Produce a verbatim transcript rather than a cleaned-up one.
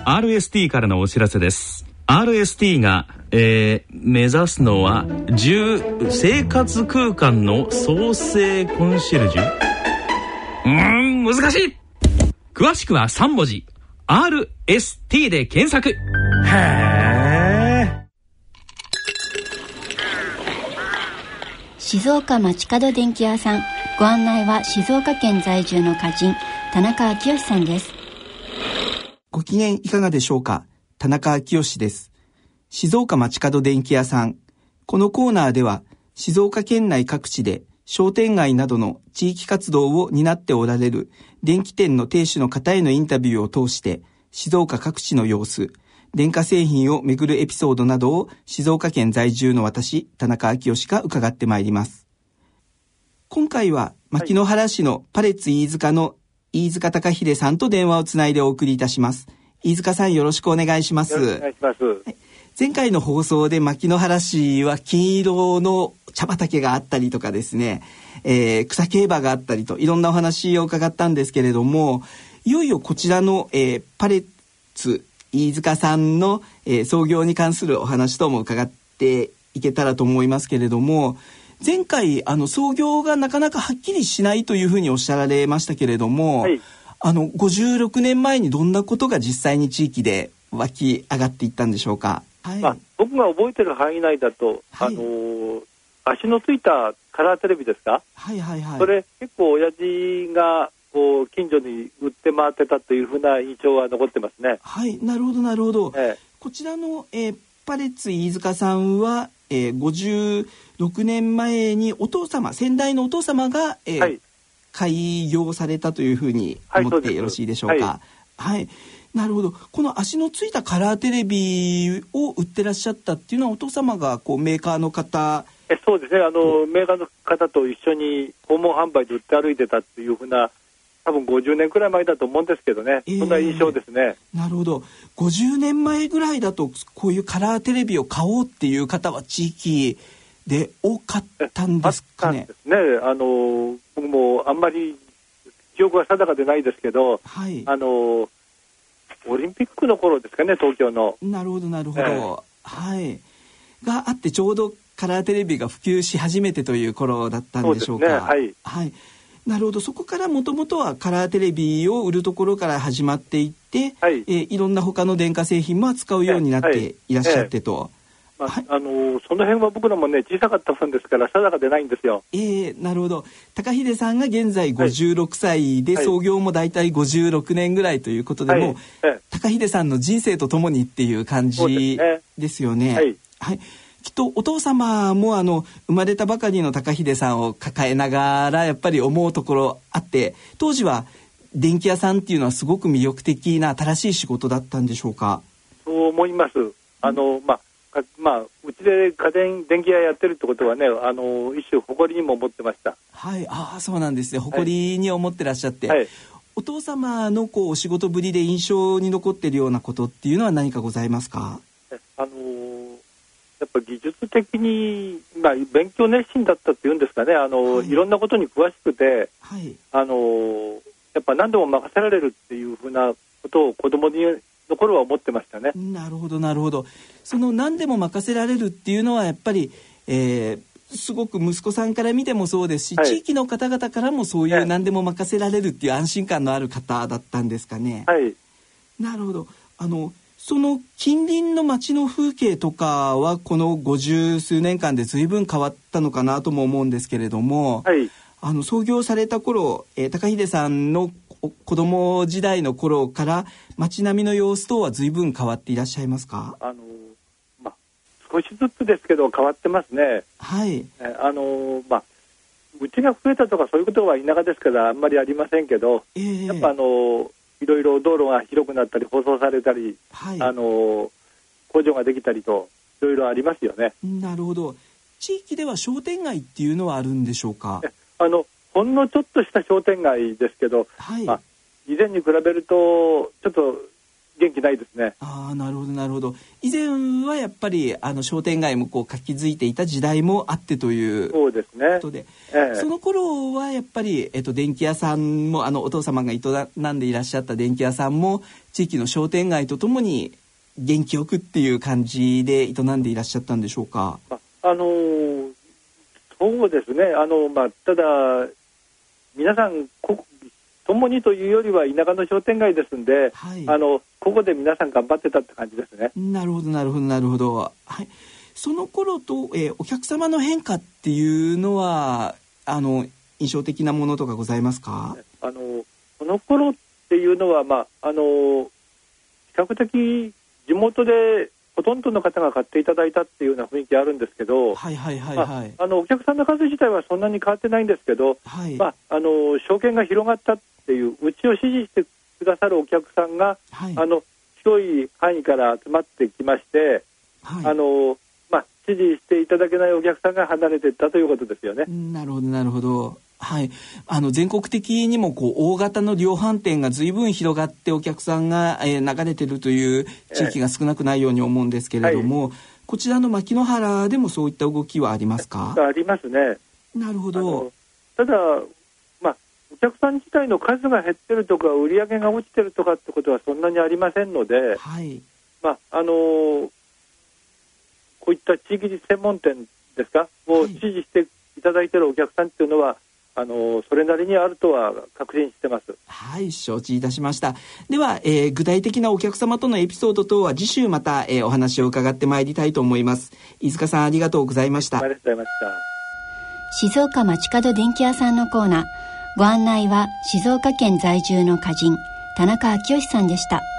アールエスティー からのお知らせです。 アールエスティー が、えー、目指すのは住生活空間の創生コンシェルジュ。うーん難しい。詳しくはさん文字 アールエスティー で検索。へー。 静岡町角電気屋さん、ご案内は静岡県在住の歌人田中昭義さんです。 ご機嫌いかがでしょうか。田中昭義です。静岡町角電気屋さん、このコーナーでは静岡県内各地で商店街などの地域活動を担っておられる電気店の店主の方へのインタビューを通して静岡各地の様子、電化製品をめぐるエピソードなどを静岡県在住の私田中昭義が伺ってまいります。今回は牧之原市のパレッツ飯塚の飯塚隆秀さんと電話をつないでお送りいたします。飯塚さん、よろしくお願いします。 よろしくお願いします。はい、 前回の放送で牧之原市は金色の茶畑があったりとかですね、えー、草競馬があったりといろんなお話を伺ったんですけれども、いよいよこちらの、えー、パレッツ飯塚さんの、えー、創業に関するお話とも伺っていけたらと思いますけれども、前回あの創業がなかなかはっきりしないというふうにおっしゃられましたけれども、はい、あのごじゅうろくねんまえにどんなことが実際に地域で湧き上がっていったんでしょうか。はい、 まあ、僕が覚えてる範囲内だと、はい、あのー、足のついたカラーテレビですか、 はいはいはい、 それ結構親父がこう近所に売って回ってたというふうな印象は残ってますね。 はい、なるほどなるほど、ええ、こちらの、えー、パレッツ飯塚さんは、えー、ごじゅうろくねんまえにお父様、先代のお父様が、えーはい、開業されたというふうに思ってよろしいでしょうか。はい、はい、なるほど。この足のついたカラーテレビを売ってらっしゃったっていうのはお父様がこうメーカーの方。 えそうですね、あのメーカーの方と一緒に訪問販売で売って歩いてたっていうふうな、多分ごじゅうねんくらい前だと思うんですけどね、えー、そんな印象ですね。なるほど。 ごじゅうねんまえぐらいだとこういうカラーテレビを買おうっていう方は地域で多かったんですかね。 あったんですね。あの僕もあんまり記憶は定かでないですけど、はい、あのオリンピックの頃ですかね、東京の。 なるほどなるほど、えー、はいがあって、ちょうどカラーテレビが普及し始めてという頃だったんでしょうか。 そうですね、はい、 はい、なるほど。そこからもともとはカラーテレビを売るところから始まっていって、はい、えー、いろんな他の電化製品も扱うようになっていらっしゃってと、 まあ、はい、あのー、その辺は僕らもね小さかったもんですから定かでないんですよ。 えー、なるほど。高秀さんが現在ごじゅうろくさいで、はい、創業もだいたいごじゅうろくねんぐらいということで、はい、もう、はい、高秀さんの人生とともにっていう感じですよね。はい、はい、きっとお父様もあの生まれたばかりの高秀さんを抱えながらやっぱり思うところあって、当時は電気屋さんっていうのはすごく魅力的な新しい仕事だったんでしょうか。 そう思います。あの、まあまあ、うちで家電電気屋やってるってことはね、あの一種誇りにも思ってました。 はい、ああそうなんですね。誇りに思ってらっしゃって、はい、お父様のこうお仕事ぶりで印象に残っているようなことっていうのは何かございますか。 あのー、やっぱ技術的に、まあ、勉強熱心だったっていうんですかね、あのーはい、いろんなことに詳しくて、はい、あのー、やっぱ何でも任せられるっていうふうなことを子供にの頃は思ってましたね。 なるほどなるほど。その何でも任せられるっていうのはやっぱり、えー、すごく息子さんから見てもそうですし、はい、地域の方々からもそういう何でも任せられるっていう安心感のある方だったんですかね。はい、なるほど。あのその近隣の町の風景とかはこのごじゅうすうねんかんで随分変わったのかなとも思うんですけれども、はい、あの創業された頃、えー、高秀さんの子供時代の頃から街並みの様子等は随分変わっていらっしゃいますか。 あの、まあ、少しずつですけど変わってますね。 はい。 えあの、まあ、うちが増えたとかそういうことは田舎ですからあんまりありませんけど、えー、やっぱあのいろいろ道路が広くなったり舗装されたり、はい、あの工場ができたりといろいろありますよね。 なるほど。地域では商店街っていうのはあるんでしょうか。 あのほんのちょっとした商店街ですけど、はい、まあ、以前に比べるとちょっと元気ないですね。 ああ、なるほどなるほど。以前はやっぱりあの商店街もこう活気づいていた時代もあってというそうですね。 ことで、 ええ、 その頃はやっぱり、えっと、電気屋さんもあのお父様が営んでいらっしゃった電気屋さんも地域の商店街とともに元気よくっていう感じで営んでいらっしゃったんでしょうか。 まあのー、そうですね。あの、まあ、ただ皆さんこ共にというよりは田舎の商店街ですんで、はい、あのここで皆さん頑張ってたって感じですね。 なるほどなるほどなるほど、はい、その頃と、えー、お客様の変化っていうのはあの印象的なものとかございますか？ あのこの頃っていうのは、まあ、あの比較的地元でほとんどの方が買っていただいたっていうような雰囲気あるんですけど、 はいはいはいはい、まあ、 あのお客さんの数自体はそんなに変わってないんですけど、はい、まあ、あの証券が広がったっていううちを支持してくださるお客さんが、はい、あの広い範囲から集まってきまして、はい、あのまあ、支持していただけないお客さんが離れていったということですよね。 なるほどなるほど、はい、あの全国的にもこう大型の量販店が随分広がってお客さんが、えー、流れているという地域が少なくないように思うんですけれども、はい、こちらの牧之原でもそういった動きはありますか？ ありますね。 なるほど。 ただ、まあ、お客さん自体の数が減ってるとか売り上げが落ちてるとかってことはそんなにありませんので、はい、まああのー、こういった地域専門店ですかを支持していただいているお客さんっていうのは、あのそれなりにあるとは確信してます。 はい、承知いたしました。では、えー、具体的なお客様とのエピソード等は次週また、えー、お話を伺ってまいりたいと思います。飯塚さん、ありがとうございました。 ありがとうございました。 静岡町角電気屋さんのコーナー、ご案内は静岡県在住の歌人田中昭義さんでした。